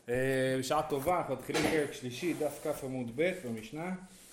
בשעה טובה, אנחנו מתחילים פרק שלישי, דף כ' עמוד ב' במשנה.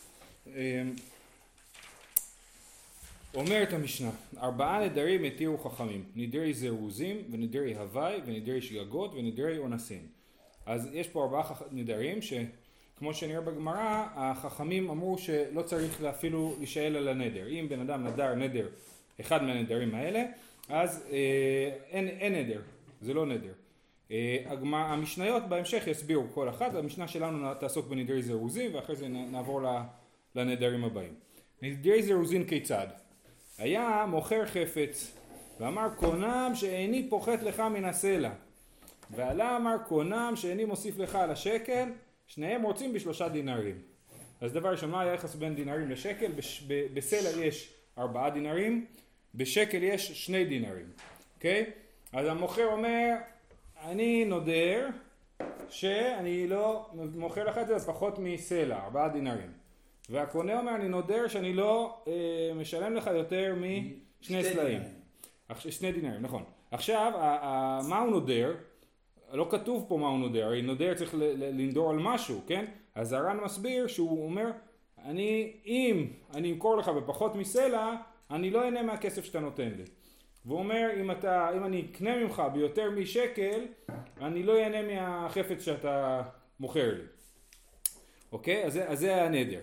אומרת המשנה, 4 נדרים התירו חכמים, נדרי זירוזים ונדרי הווי ונדרי שגגות ונדרי אונסין. אז יש פה 4 נדרים שכמו שנראה בגמרא, החכמים אמרו שלא צריך אפילו להישאל על הנדר. אם בן אדם נדר נדר אחד מהנדרים האלה, אז אין נדר, זה לא נדר. המשניות בהמשך יסבירו כל אחת, המשנה שלנו תעסוק בנדרי זירוזים ואחרי זה נעבור לנדרים הבאים. נדרי זירוזין כיצד? היה מוכר חפץ ואמר קונם שאיני פוחת לך מן הסלע, ועלה אמר קונם שאיני מוסיף לך על השקל, שניהם רוצים ב3 דינרים. אז דבר ראשון, מה היחס בין דינרים לשקל? בסלע יש 4 דינרים, בשקל יש 2 דינרים. אוקיי? אז המוכר אומר אני נודר שאני לא מוכר לך את זה אז פחות מסלע, 4 דינרים. והקונה אומר אני נודר שאני לא משלם לך יותר משני סלעים. 2 דינרים, נכון. עכשיו, מה הוא נודר? לא כתוב פה מה הוא נודר, הרי נודר צריך לנדור על משהו, כן? אז הר"ן מסביר שהוא אומר, אם אני אמכור לך בפחות מסלע, אני לא אהנה מהכסף שאתה נותן לי. והוא אומר, אם אני אקנה ממך ביותר משקל, אני לא אהנה מהחפץ שאתה מוכר לי. אוקיי? אז זה הנדר.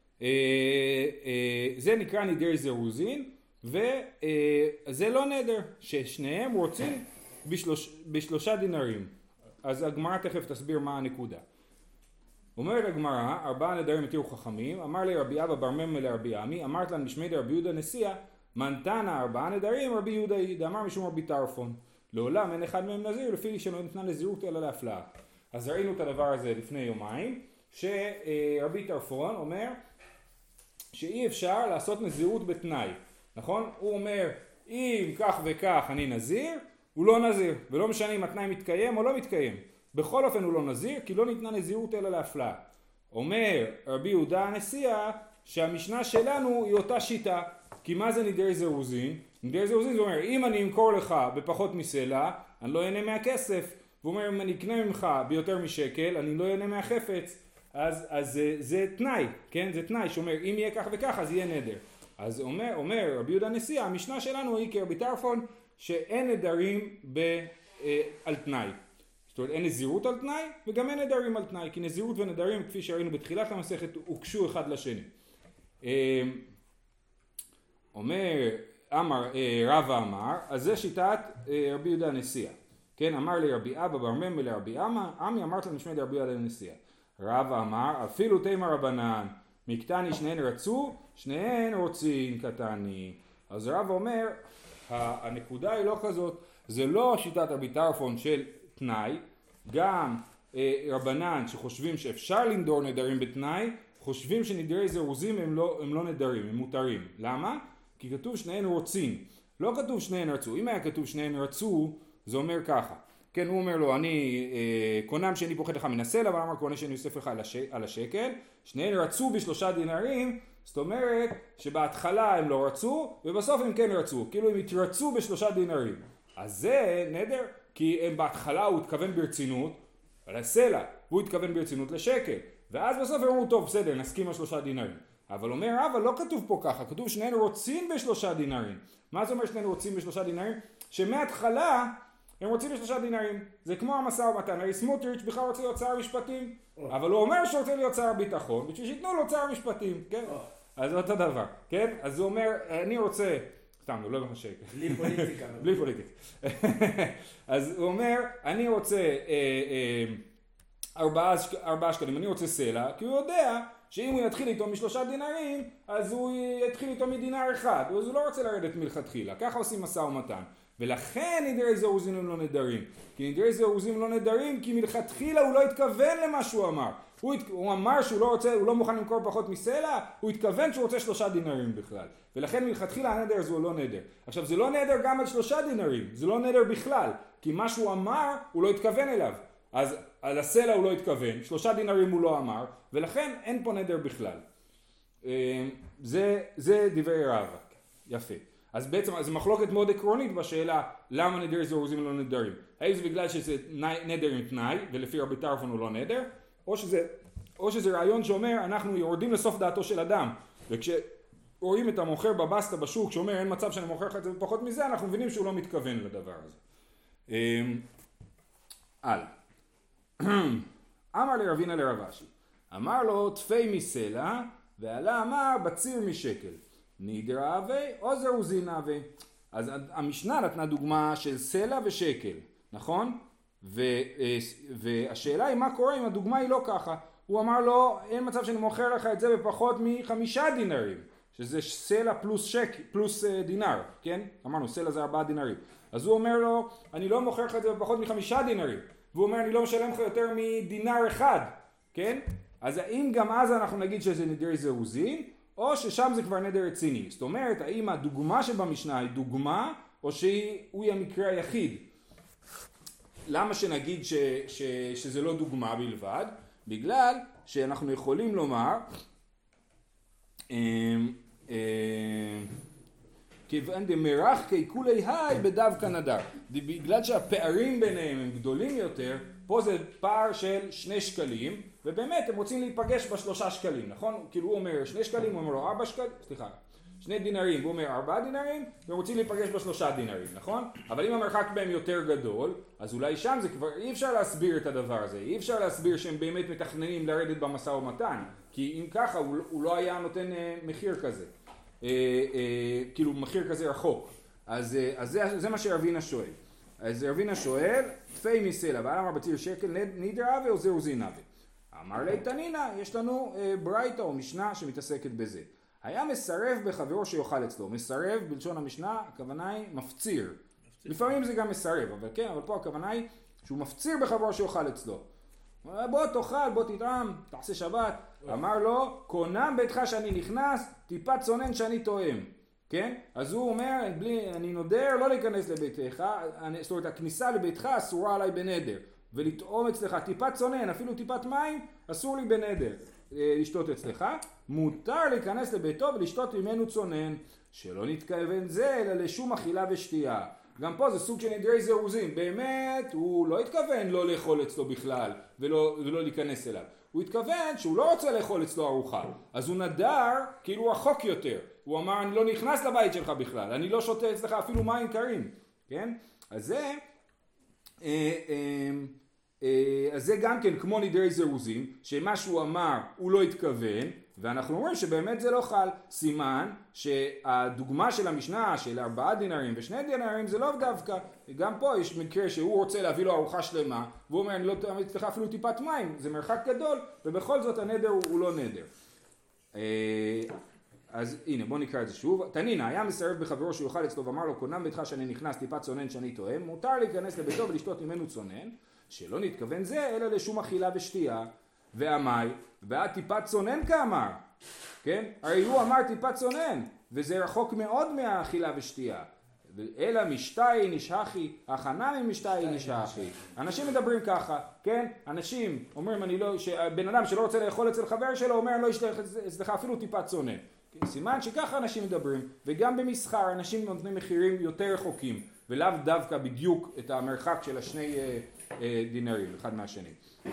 זה נקרא נדרי זירוזין, וזה לא נדר, ששניהם רוצים ב3 דינרים. אז הגמרא תכף תסביר מה הנקודה. אומרת הגמרא, 4 נדרים התירו חכמים, אמר לי רבי אבא בר ממה לרבי עמי, אמרת לנו משמי דרבי יהודה נשיאה, מנתנה 4 נדרים רבי יהודה דאמר משום רבי טרפון. לעולם אין אחד מהם נזיר, לפי שלא ניתנה נזירות אלא להפלאה. אז ראינו את הדבר הזה לפני יומיים, שרבי טרפון אומר שאי אפשר לעשות נזירות בתנאי. נכון? הוא אומר, אם כך וכך אני נזיר, הוא לא נזיר, ולא משנה אם התנאי מתקיים או לא מתקיים. בכל אופן הוא לא נזיר, כי לא ניתנה נזירות אלא להפלאה. אומר רבי יהודה הנשיאה, שהמשנה שלנו היא אותה שיטה. כי מה זה נדרי זירוזין? נדרי זירוזין זה אומר, אם אני אמכור לך בפחות מסלע, אני לא אהנה מהכסף. והוא אומר, אם אני אקנה ממך ביותר משקל, אני לא אהנה מהחפץ. אז זה תנאי, כן? זה תנאי שאומר, אם יהיה כך וכך, אז יהיה נדר. אז אומר רבי יהודה הנשיאה, המשנה שלנו היא כרבי טרפון, שאין נדרים על תנאי. זאת אומרת, אין נזירות על תנאי, וגם אין נדרים על תנאי, כי נזירות ונדרים, כפי שראינו בתחילת המסכת, הוקשו אחד לשני. רבא אמר, אז זה שיטת רבי יהודה הנשיאה. כן, אמר לי רבי אבא בר ממה לרבי עמי, אמרת לנו משמי דרבי יהודה הנשיאה. רבא אמר, אפילו תימא רבנן, מקטני שניהן רצו, שניהן רוצים קטני. אז רבא אומר, הנקודה היא לא כזאת, זה לא שיטת רבי טרפון של תנאי, גם רבנן שחושבים שאפשר לנדור נדרים בתנאי, חושבים שנדרי זירוזים הם לא נדרים, הם מותרים. למה? כי כתוב שניהן רוצים, לא כתוב שניהן רצו. אם היה כתוב שניהן רצו, זה אומר ככה. כן, הוא אומר לו, אני קונם שאני פוחת לך מן הסלע, אבל אמר קונה שאני אוסף לך על השקל. שניהן רצו ב3 דינרים, זאת אומרת שבהתחלה הם לא רצו, ובסוף הם כן רצו, כאילו הם התרצו ב3 דינרים. אז זה נדר, כי הם בהתחלה הוא התכוון ברצינות על הסלע, והוא התכוון ברצינות לשקל. ואז בסוף הם אמרו, טוב, בסדר, נסכים על 3 דינרים. אבל אומר, אבל לא כתוב פה ככה, כתוב שנינו רוצים ב3 דינרים. מה זה אומר שנינו רוצים ב3 דינרים? שמההתחלה הם רוצים ב3 דינרים. זה כמו המשא ומתן. הרי סמוטריץ' בכלל רוצה להיות שר המשפטים, אבל הוא אומר שהוא רוצה להיות שר הביטחון, בשביל שיתנו לו שר המשפטים, כן? אז זה אותו דבר, כן? אז הוא אומר, אני רוצה, סתם, הוא לא מחשק. בלי פוליטיקה. בלי פוליטיקה. אז הוא אומר, אני רוצה 4 שקלים, אני רוצה סלע, כי הוא יודע שאם הוא יתחיל איתו מ3 דינרים, אז הוא יתחיל איתו מדינר אחד, אז הוא לא רוצה לרדת מלכתחילה. ככה עושים משא ומתן. ולכן נדרי זירוזים הם לא נדרים. כי נדרי זירוזים לא נדרים, כי מלכתחילה הוא לא התכוון למה שהוא אמר. הוא אמר שהוא לא רוצה, הוא לא מוכן למכור פחות מסלע, הוא התכוון שהוא רוצה 3 דינרים בכלל. ולכן מלכתחילה הנדר זה לא נדר. עכשיו זה לא נדר גם על 3 דינרים, זה לא נדר בכלל. כי מה שהוא אמר, הוא לא התכוון אליו. אז על הסלע הוא לא התכוון, 3 דינרים הוא לא אמר, ולכן אין פה נדר בכלל. זה דברי רבא. יפה. אז בעצם זו מחלוקת מאוד עקרונית בשאלה למה נדרי זירוזין ולא נדרים. האם זה בגלל שזה נדר עם תנאי, ולפי רבי טרפון הוא לא נדר, או שזה רעיון שאומר אנחנו יורדים לסוף דעתו של אדם, וכשרואים את המוכר בבסטה בשוק שאומר אין מצב שאני מוכר לך את זה בפחות מזה, אנחנו מבינים שהוא לא מתכוון לדבר הזה. אמר לרבינה לרב אשי, אמר לו תפי מסלע, ועלה אמר בציר משקל, נידר אבי או זירוזין אבי. אז המשנה נתנה דוגמה של סלע ושקל, נכון? והשאלה היא מה קורה אם הדוגמה היא לא ככה. הוא אמר לו אין מצב שאני מוכר לך את זה בפחות מ5 דינרים, שזה סלע פלוס דינר, כן? אמרנו סלע זה 4 דינרים. אז הוא אומר לו אני לא מוכר לך את זה בפחות מ5 דינרים, והוא אומר אני לא משלם לך יותר מדינר אחד, כן? אז האם גם אז אנחנו נגיד שזה נדר זירוזין, או ששם זה כבר נדר רציני? זאת אומרת, האם הדוגמה שבמשנה היא דוגמה, או שהוא המקרה היחיד? למה שנגיד שזה לא דוגמה בלבד? בגלל שאנחנו יכולים לומר, כיוון דמרח ככולי היי בדווקא נדר. בגלל שהפערים ביניהם הם גדולים יותר, פה זה פער של 2 שקלים, ובאמת הם רוצים להיפגש ב3 שקלים, נכון? כאילו הוא אומר 2 שקלים, הוא אומר לו 4 שקלים, סליחה, 2 דינרים, הוא אומר 4 דינרים, והם רוצים להיפגש ב3 דינרים, נכון? אבל אם המרחק בהם יותר גדול, אז אולי שם זה כבר אי אפשר להסביר את הדבר הזה, אי אפשר להסביר שהם באמת מתכננים לרדת במשא ומתן, כי אם ככה הוא לא היה נותן מחיר כזה, כאילו מחיר כזה רחוק. אז זה מה שרבינה שואל. אז רבינה שואל, תפי מסלע, ועל אמר בציר שקל נידר אבי או זירוזין אבי. אמר לי תנינה, יש לנו ברייתא או משנה שמתעסקת בזה. היה מסרב בחברו שיאכל אצלו. מסרב בלשון המשנה, הכוונה היא מפציר. לפעמים זה גם מסרב, אבל כן, אבל פה הכוונה היא שהוא מפציר בחברו שיאכל אצלו. בוא תאכל, בוא תטעם, תעשה שבת. אמר לו, קונם ביתך שאני נכנס, טיפה צונן שאני תואם. כן? אז הוא אומר, אני נודר לא להיכנס לביתך, זאת אומרת, הכניסה לביתך אסורה עליי בנדר. ולטעום אצלך טיפת צונן, אפילו טיפת מים, אסור לי בנדר לשתות אצלך. מותר להיכנס לביתו ולשתות ממנו צונן, שלא נתכוון זה אלא לשום אכילה ושתייה. גם פה זה סוג של נדרי זירוזין, באמת הוא לא התכוון לא לאכול אצלו בכלל ולא להיכנס אליו. הוא התכוון שהוא לא רוצה לאכול אצלו ארוחה, אז הוא נדר כאילו רחוק יותר. הוא אמר אני לא נכנס לבית שלך בכלל, אני לא שותה אצלך אפילו מים קרים, כן? אז זה גם כן כמו נדרי זירוזין, שמה שהוא אמר הוא לא התכוון, ואנחנו אומרים שבאמת זה לא חל. סימן שהדוגמה של המשנה של 4 דינרים ו2 דינרים זה לא דווקא. גם פה יש מקרה שהוא רוצה להביא לו ארוחה שלמה, והוא אומר אני לא אצלך אפילו טיפת מים, זה מרחק גדול, ובכל זאת הנדר הוא לא נדר. אז הנה בוא נקרא את זה שוב. תנינה, היה מסרב בחברו שיאכל אצלו ואמר לו קונם ביתך שאני נכנס טיפת צונן שאני תואם, מותר להיכנס לביתו ולשתות ממנו צונן, שלא נתכוון זה אלא לשום אכילה ושתייה. ועמי, ועד טיפת צונן כאמר, כן? הרי הוא אמר טיפת צונן, וזה רחוק מאוד מהאכילה ושתייה. אלא משתאי נשחי, הכנה ממשתאי נשחי. אנשים מדברים ככה, כן? אנשים אומרים, בן אדם שלא רוצה לאכול אצל חבר שלו, אומר, לא ישלח אצלך אפילו טיפת צונן. סימן שככה אנשים מדברים, וגם במסחר אנשים נותנים מחירים יותר רחוקים, ולאו דווקא בדיוק את המרחק של 2 דינרים, אחד מהשני.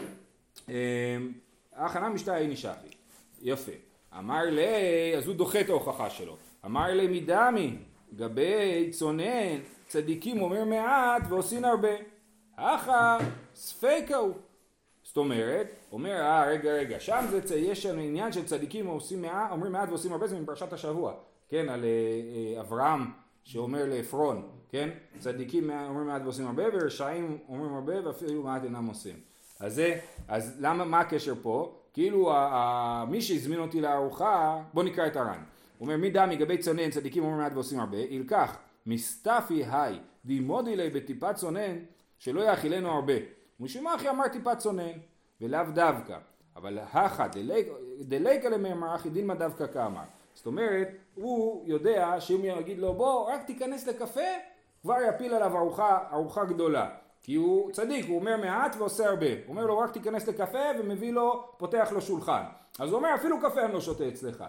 הכנה משתאי נשחי. יפה. אמר לי, אז הוא דוחה את ההוכחה שלו. אמר לי מדמי, גבי צונן, צדיקים אומר מעט ועושים הרבה. אחא, ספיקה הוא. זאת אומרת, אומר, רגע, שם יש לנו עניין של צדיקים אומרים מעט ועושים הרבה, זה מפרשת השבוע, כן, על אברהם שאומר לאפרון, כן, צדיקים אומרים מעט ועושים הרבה, ורשעים אומרים הרבה ואפילו מעט אינם עושים. אז למה, מה הקשר פה? כאילו מי שהזמין אותי לארוחה, בוא נקרא את הר"ן. הוא אומר, מי דמי גבי צונן, צדיקים אומרים מעט ועושים הרבה, ילקח, מסתפי היי, דימודי לי בטיפת צונן, שלא יאכילנו הרבה. ומשמחי אמר טיפת צונן, ולאו דווקא. אבל הכא דליקה למאמר אחי דילמה דווקא כאמר. זאת אומרת, הוא יודע שאם יגיד לו, בוא, רק תיכנס לקפה, כבר יפיל עליו ארוחה גדולה. כי הוא צדיק, הוא אומר מעט ועושה הרבה. הוא אומר לו, רק תיכנס לקפה ומביא לו, פותח לו שולחן. אז הוא אומר, אפילו קפה אני לא שותה אצלך.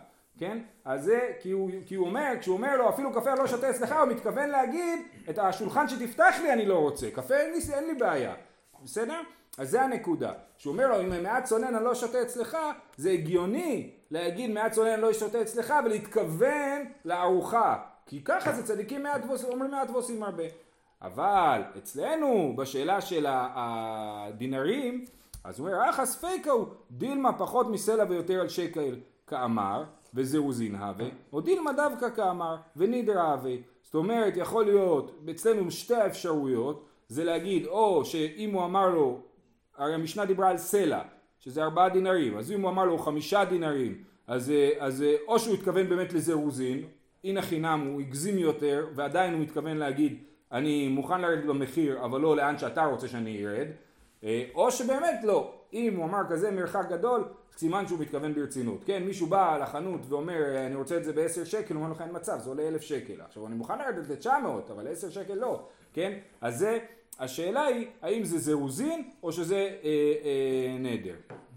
כן? אז זה כי הוא אומר, כשהוא אומר לו אפילו קפה לא שותה אצלך, הוא מתכוון להגיד את השולחן שתפתח לי אני לא רוצה, קפה אין לי בעיה, בסדר? אז זה הנקודה, שהוא אומר לו אם מעט צונן אני לא שותה אצלך, זה הגיוני להגיד מעט צונן אני לא שותה אצלך ולהתכוון לארוחה, כי ככה זה צדיקים אומרים מעט ועושים הרבה. אבל אצלנו בשאלה של הדינרים, אז הוא אומר אחס פיקהו דילמה פחות מסלע ויותר על שקל כאמר וזירוזין הווה, או דילמה דווקא כאמר ונידר הווה. זאת אומרת יכול להיות אצלנו שתי האפשרויות, זה להגיד או שאם הוא אמר לו, הרי המשנה דיברה על סלע שזה 4 דינרים, אז אם הוא אמר לו 5 דינרים, אז או שהוא התכוון באמת לזירוזין, הנה חינם הוא הגזים יותר ועדיין הוא מתכוון להגיד אני מוכן לרדת במחיר אבל לא לאן שאתה רוצה שאני ארד, או שבאמת לא, אם הוא אמר כזה מרחק גדול סימן שהוא מתכוון ברצינות, כן? מישהו בא לחנות ואומר אני רוצה את זה ב10 שקל, הוא אומר לך אין מצב, זה עולה 1,000 שקל, עכשיו אני מוכן לרדת ל900 אבל 10 שקל לא, כן? אז זה, השאלה היא האם זה זירוזין או שזה נדר.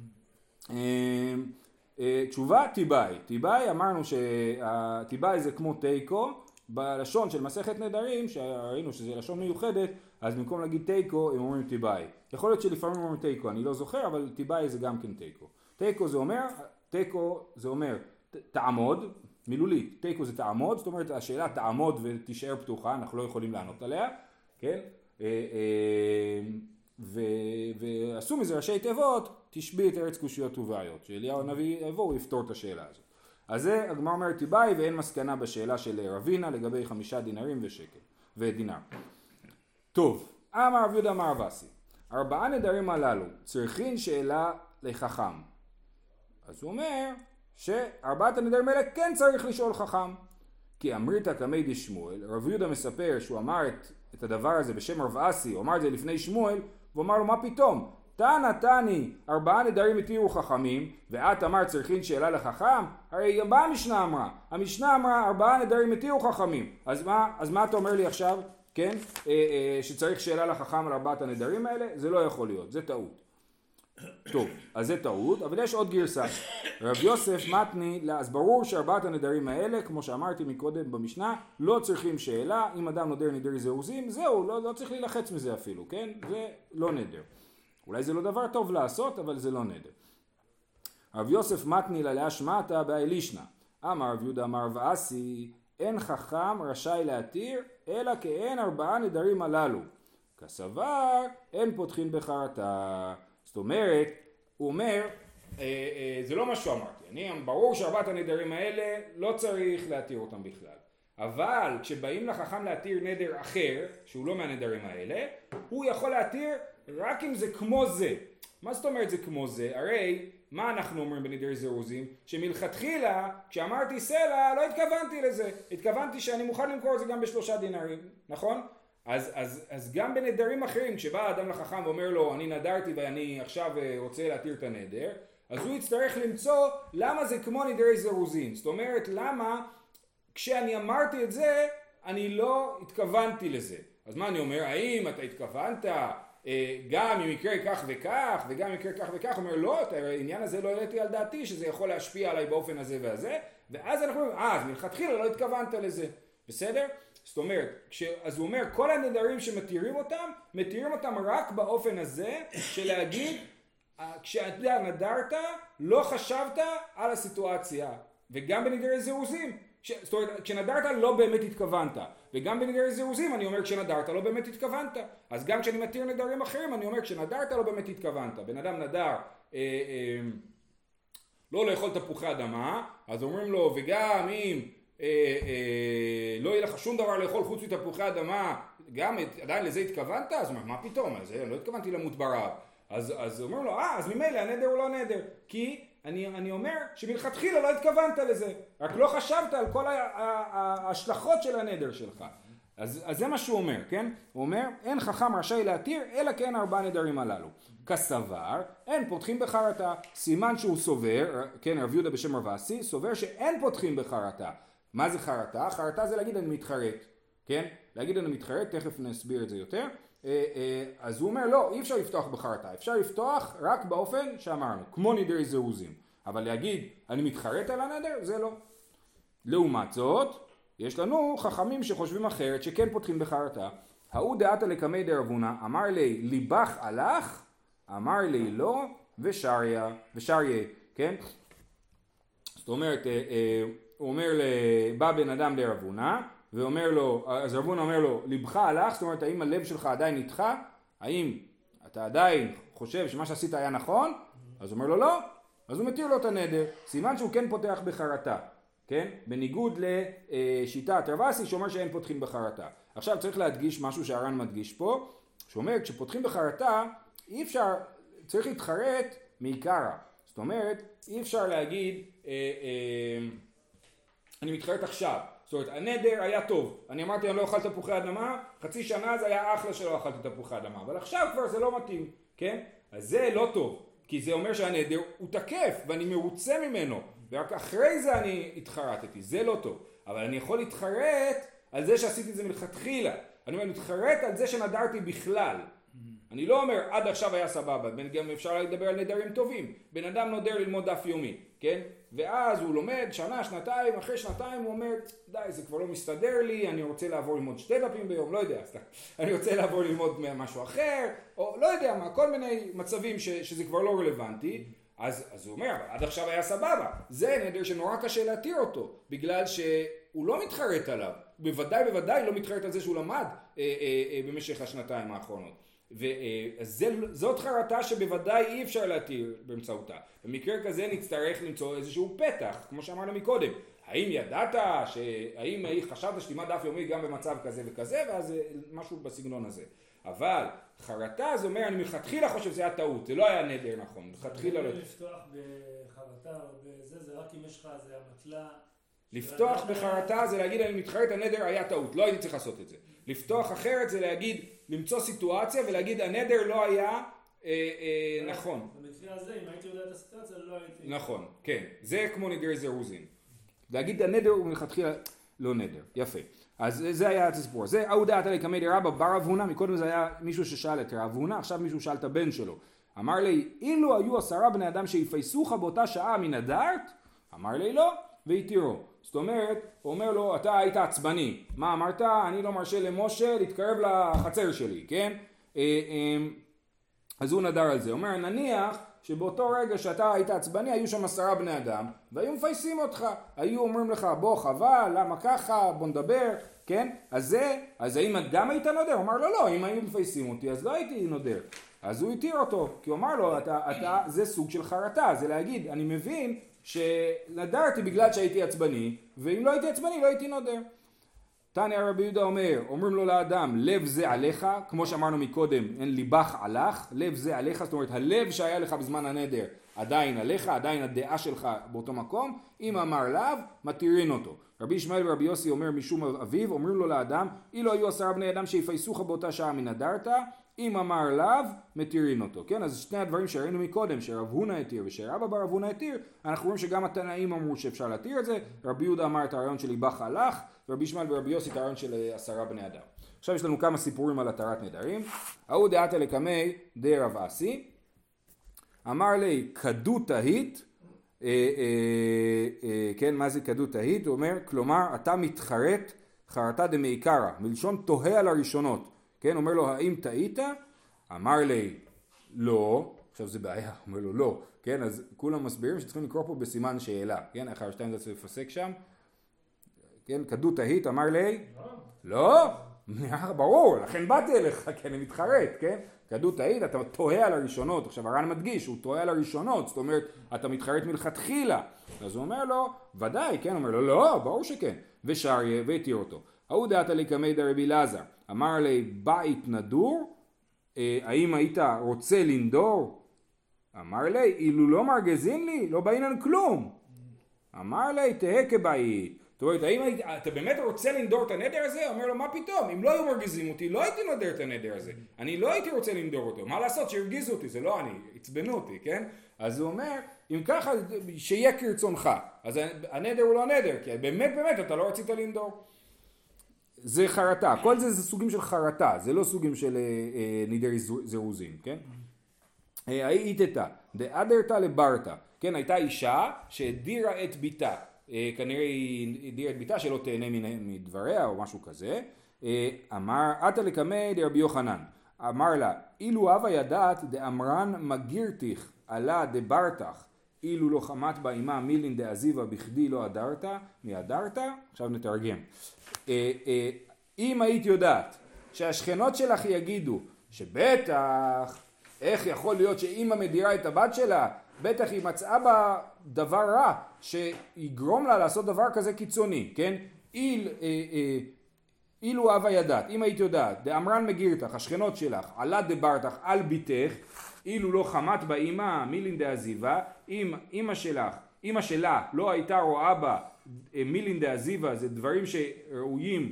תשובה טיבאי, טיבאי אמרנו שהטיבאי זה כמו תיקו, בלשון של מסכת נדרים שראינו שזה לשון מיוחדת, אז במקום להגיד תיקו הם אומרים טיבאי, יכול להיות שלפעמים אומרים תיקו, אני לא זוכר, אבל טיבאי זה גם כן תיקו. תיקו זה אומר תעמוד, מילולית, תיקו זה תעמוד, זאת אומרת השאלה תעמוד ותישאר פתוחה, אנחנו לא יכולים לענות עליה, כן? ועשו מזה ראשי תיבות, תשבי את ארץ קושיות ובעיות, שאליהו הנביא יבוא הוא יפתור את השאלה הזאת. אז זה הגמרא אומרת טיבאי ואין מסקנה בשאלה של רבינה לגבי 5 דינרים ושקל ודינר. טוב, אמר רב יהודה אמר רב אסי, 4 נדרים הללו צריכים שאלה לחכם. אז הוא אומר ש4 הנדרים האלה כן צריך לשאול חכם. כי אמריתא קמי דשמואל, רב יהודה מספר שהוא אמר את הדבר הזה בשם רב אסי, הוא אמר את זה לפני שמואל, והוא אמר לו מה פתאום? תנא תני 4 נדרים התירו חכמים, ואת אמרת צריכים שאלה לחכם? הרי גם באה המשנה אמרה 4 נדרים התירו חכמים, אז מה אתה אומר לי עכשיו, כן? שצריך שאלה לחכם על 4 הנדרים האלה? זה לא יכול להיות, זה טעות. טוב, אז זה טעות, אבל יש עוד גרסה. רב יוסף מתני, אז ברור ש4 הנדרים האלה, כמו שאמרתי מקודם במשנה, לא צריכים שאלה, אם אדם נודר נדרי זירוזים, זהו, לא צריך להילחץ מזה אפילו, כן? זה לא נדר. אולי זה לא דבר טוב לעשות, אבל זה לא נדר. רב יוסף מתני ללאה שמעתה באלישנה. אמר רב יהודה אמר רב אסי, אין חכם רשאי להתיר, אלא כאין 4 נדרים הללו. כסבר, אין פותחין בחרטה. זאת אומרת, הוא אומר, זה לא מה שאמרתי, ברור ש4 הנדרים האלה לא צריך להתיר אותם בכלל. אבל כשבאים לחכם להתיר נדר אחר, שהוא לא מהנדרים האלה, הוא יכול להתיר רק אם זה כמו זה. מה זאת אומרת זה כמו זה? הרי מה אנחנו אומרים בנדרי זירוזים? שמלכתחילה, כשאמרתי סלע, לא התכוונתי לזה. התכוונתי שאני מוכן למכור את זה גם ב3 דינרים, נכון? אז גם בנדרים אחרים, כשבא האדם לחכם ואומר לו, אני נדרתי ואני עכשיו רוצה להתיר את הנדר, אז הוא יצטרך למצוא למה זה כמו נדרי זירוזים. זאת אומרת, למה כשאני אמרתי את זה, אני לא התכוונתי לזה. אז מה אני אומר? האם אתה התכוונת גם אם יקרה כך וכך, וגם אם יקרה כך וכך? הוא אומר, לא, העניין הזה לא העליתי על דעתי, שזה יכול להשפיע עליי באופן הזה והזה, ואז אנחנו אומרים, אז מלכתחילה לא התכוונת לזה. בסדר? זאת אומרת, אז הוא אומר, כל הנדרים שמתירים אותם, מתירים אותם רק באופן הזה, של להגיד, כשאתה נדרת, לא חשבת על הסיטואציה, וגם בנדרי זירוזים, זאת אומרת, כשנדרת לא באמת התכוונת, וגם בנדרי זירוזים אני אומר כשנדרת לא באמת התכוונת, אז גם כשאני מתיר נדרים אחרים אני אומר כשנדרת לא באמת התכוונת. בן אדם נדר לא לאכול תפוחי אדמה, אז אומרים לו וגם אם לא יהיה לך שום דבר לאכול חוץ מתפוחי אדמה, גם עדיין לזה התכוונת? אז מה פתאום? אז לא התכוונתי למות ברעב. אז אומרים לו, אז ממילא הנדר הוא לא נדר, כי אני אומר שמלכתחילה לא התכוונת לזה, רק לא חשבת על כל ההשלכות של הנדר שלך. אז זה מה שהוא אומר, כן? הוא אומר, אין חכם רשאי להתיר, אלא כן 4 נדרים הללו. כסבר, אין פותחים בחרטה, סימן שהוא סובר, כן, רב יהודה בשם רב אסי, סובר שאין פותחים בחרטה. מה זה חרטה? חרטה זה להגיד אני מתחרט, כן? להגיד אני מתחרט, תכף נסביר את זה יותר. אז הוא אומר לא, אי אפשר לפתוח בחרטה, אפשר לפתוח רק באופן שאמרנו, כמו נדרי זירוזים. אבל להגיד אני מתחרט על הנדר, זה לא. לעומת זאת, יש לנו חכמים שחושבים אחרת, שכן פותחים בחרטה. ההוא דעתה לקמי דרבונה, אמר לי ליבך הלך, אמר לי לא, ושריה, כן? זאת אומרת, הוא אומר, בא בן אדם דרבונה, ואומר לו, אז רבונה אומר לו, ליבך הלך, זאת אומרת, האם הלב שלך עדיין איתך? האם אתה עדיין חושב שמה שעשית היה נכון? אז הוא אומר לו לא, אז הוא מתיר לו את הנדר, סימן שהוא כן פותח בחרטה, כן? בניגוד לשיטת רבסי שאומר שאין פותחים בחרטה. עכשיו צריך להדגיש משהו שהר"ן מדגיש פה, שאומר כשפותחים בחרטה אי אפשר, צריך להתחרט מעיקרה. זאת אומרת, אי אפשר להגיד, אני מתחרט עכשיו. זאת אומרת, הנדר היה טוב. אני אמרתי, אני לא אוכל תפוחי אדמה, חצי שנה זה היה אחלה שלא אכלתי תפוחי אדמה. אבל עכשיו כבר זה לא מתאים, כן? אז זה לא טוב. כי זה אומר שהנדר הוא תקף, ואני מרוצה ממנו. ורק אחרי זה אני התחרטתי. זה לא טוב. אבל אני יכול להתחרט על זה שעשיתי את זה מלכתחילה. אני אומר, מתחרט על זה שנדרתי בכלל. אני לא אומר, עד עכשיו היה סבבה, גם אפשר לדבר על נדרים טובים. בן אדם נודר ללמוד דף יומי, כן? ואז הוא לומד שנה, שנתיים, אחרי שנתיים הוא אומר, די, זה כבר לא מסתדר לי, אני רוצה לעבור ללמוד 2 דפים ביום, לא יודע, סתם. אני רוצה לעבור ללמוד משהו אחר, או לא יודע מה, כל מיני מצבים שזה כבר לא רלוונטי. אז הוא אומר, עד עכשיו היה סבבה. זה נדר שנורא קשה להתיר אותו, בגלל שהוא לא מתחרט עליו. בוודאי לא מתחרט על זה שהוא למד במשך השנתיים האחרונות. וזאת חרטה שבוודאי אי אפשר להתיר באמצעותה. במקרה כזה נצטרך למצוא איזשהו פתח, כמו שאמרנו מקודם. האם ידעת, האם חשבת שתלמד דף יומי גם במצב כזה וכזה, ואז משהו בסגנון הזה. אבל חרטה זה אומר, אני מלכתחילה חושב שזה היה טעות, זה לא היה נדר נכון. מלכתחילה לא. לפתוח בחרטה או בזה, זה רק אם יש לך איזה המטלה. לפתוח בחרטה זה להגיד, אני מתחרט, הנדר היה טעות, לא הייתי צריך לעשות את זה. לפתוח אחרת זה להגיד, למצוא סיטואציה ולהגיד הנדר לא היה נכון. במקרה הזה, אם הייתי יודע את הסיטואציה, לא הייתי... נכון, כן. זה כמו נדרי זירוזין. להגיד הנדר הוא מלכתחילה לא נדר. יפה. אז זה היה הסיפור. זה ההוא דעתה לקמי דרבא בר רב הונא, מקודם זה היה מישהו ששאל את רב הונא, עכשיו מישהו שאל את הבן שלו. אמר לי, אילו היו 10 בני אדם שיפייסוך באותה שעה מן הדרת? אמר לי לא, והתירו. זאת אומרת, הוא אומר לו, אתה היית עצבני. מה אמרת? אני לא מרשה למשה להתקרב לחצר שלי, כן? אז הוא נדר על זה. הוא אומר, נניח שבאותו רגע שאתה היית עצבני, היו שם 10 בני אדם, והיו מפייסים אותך. היו אומרים לך, בוא חבל, למה ככה, בוא נדבר, כן? אז האם גם היית נודר? הוא אמר לו, לא, אם היו מפייסים אותי, אז לא הייתי נודר. אז הוא התיר אותו, כי הוא אמר לו, זה סוג של חרטה, זה להגיד, אני מבין שנדרתי בגלל שהייתי עצבני, ואם לא הייתי עצבני לא הייתי נודר. תניא רבי יהודה אומר, אומרים לו לאדם, לב זה עליך, כמו שאמרנו מקודם, אין ליבך עלך, לב זה עליך, זאת אומרת, הלב שהיה לך בזמן הנדר עדיין עליך, עדיין הדעה שלך באותו מקום, אם אמר לאו, מתירין אותו. רבי ישמעאל ורבי יוסי אומר משום אביו, אומרים לו לאדם, אילו היו 10 בני אדם שיפייסוך באותה שעה מנדרת, אם אמר לאו, מתירין אותו. כן, אז שני הדברים שראינו מקודם, שרב הונא התיר ושרבא בר רב הונא התיר, אנחנו רואים שגם התנאים אמרו שאפשר להתיר את זה, רבי יהודה אמר את הרעיון של ליבך הלך, ורבי ישמעאל ורבי יוסי את הרעיון של 10 בני אדם. עכשיו יש לנו כמה סיפורים על התרת נדרים. ההוא דעתה לקמי די רב אסי, אמר לי כדו תהית, כן, מה זה כדו תהית? הוא אומר, כלומר, אתה מתחרט חרטה דמעיקרא, מלשון תוהה על הראשונות. כן, אומר לו, האם טעית? אמר לי, לא. עכשיו זה בעיה, אומר לו, לא. כן, אז כולם מסבירים שצריכים לקרוא פה בסימן שאלה. כן, אחר 2 זה צריך לפסק שם. כן, כדו תהית, אמר לי, לא. ברור, לכן באתי אליך, כן, אני מתחרט, כן? כדו תהית, אתה תוהה על הראשונות. עכשיו הר"ן מדגיש, הוא תוהה על הראשונות, זאת אומרת, אתה מתחרט מלכתחילה. אז הוא אומר לו, ודאי, כן, אומר לו, לא, ברור שכן. ושריה, והתיר אותו. ההוא דעתה לקמי דרבי אלעזר, אמר לי, בית נדור, האם היית רוצה לנדור? אמר לי, אילו לא מרגזין לי, לא בעינן כלום. אמר לי, תהה כבית. זאת אומרת, האם אתה באמת רוצה לנדור את הנדר הזה? אומר לו, מה פתאום? אם לא היו מרגיזים אותי, לא הייתי נודר את הנדר הזה. אני לא הייתי רוצה לנדור אותו. מה לעשות? שהרגיזו אותי, זה לא אני, עצבנו אותי, כן? אז הוא אומר, אם ככה, שיהיה כרצונך. אז הנדר הוא לא נדר, כי באמת אתה לא רצית לנדור. זה חרטה, כל זה סוגים של חרטה, זה לא סוגים של נדרי זירוזין, כן? היית דאדרתא לברתא, כן, הייתה אישה שהדירה את ביתה, כנראה היא הדירה את ביתה שלא תהנה מדבריה או משהו כזה. אמר עתה לקמי דרבי יוחנן, אמר לה אילו הווה ידעת דאמרן מגירתיך עלה דברתך אילו לא חמת באימה מילין דעזיבה בכדי לא אדרת מי אדרת. עכשיו נתרגם. אם היית יודעת שהשכנות שלך יגידו שבטח איך יכול להיות שאמא מדירה את הבת שלה, בטח היא מצאה בה דבר רע שיגרום לה לעשות דבר כזה קיצוני, כן? אילו הווה ידעת, אם היית יודעת, דאמרן מגירתך, השכנות שלך, עלה דברתך על ביתך, אילו לא חמת באמא מילין דעזיבה, אם אמא שלה לא הייתה רואה בה מילין דעזיבה, זה דברים שראויים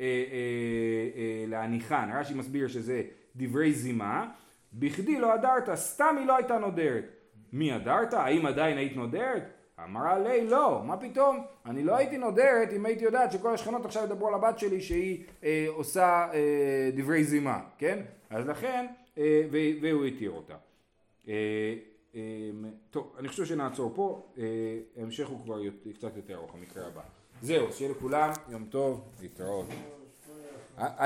להניחן, רש"י מסביר שזה דברי זימה, בכדי לא אדרת, סתם היא לא הייתה נודרת. מי אדרת? האם עדיין היית נודרת? אמרה לי לא, מה פתאום? אני לא הייתי נודרת אם הייתי יודעת שכל השכנות עכשיו ידברו על הבת שלי שהיא עושה דברי זימה, כן? אז לכן, והוא התיר אותה. טוב, אני חושב שנעצור פה, המשך הוא כבר קצת יותר ארוך, המקרה הבא. זהו, שיהיה לכולם, יום טוב, להתראות.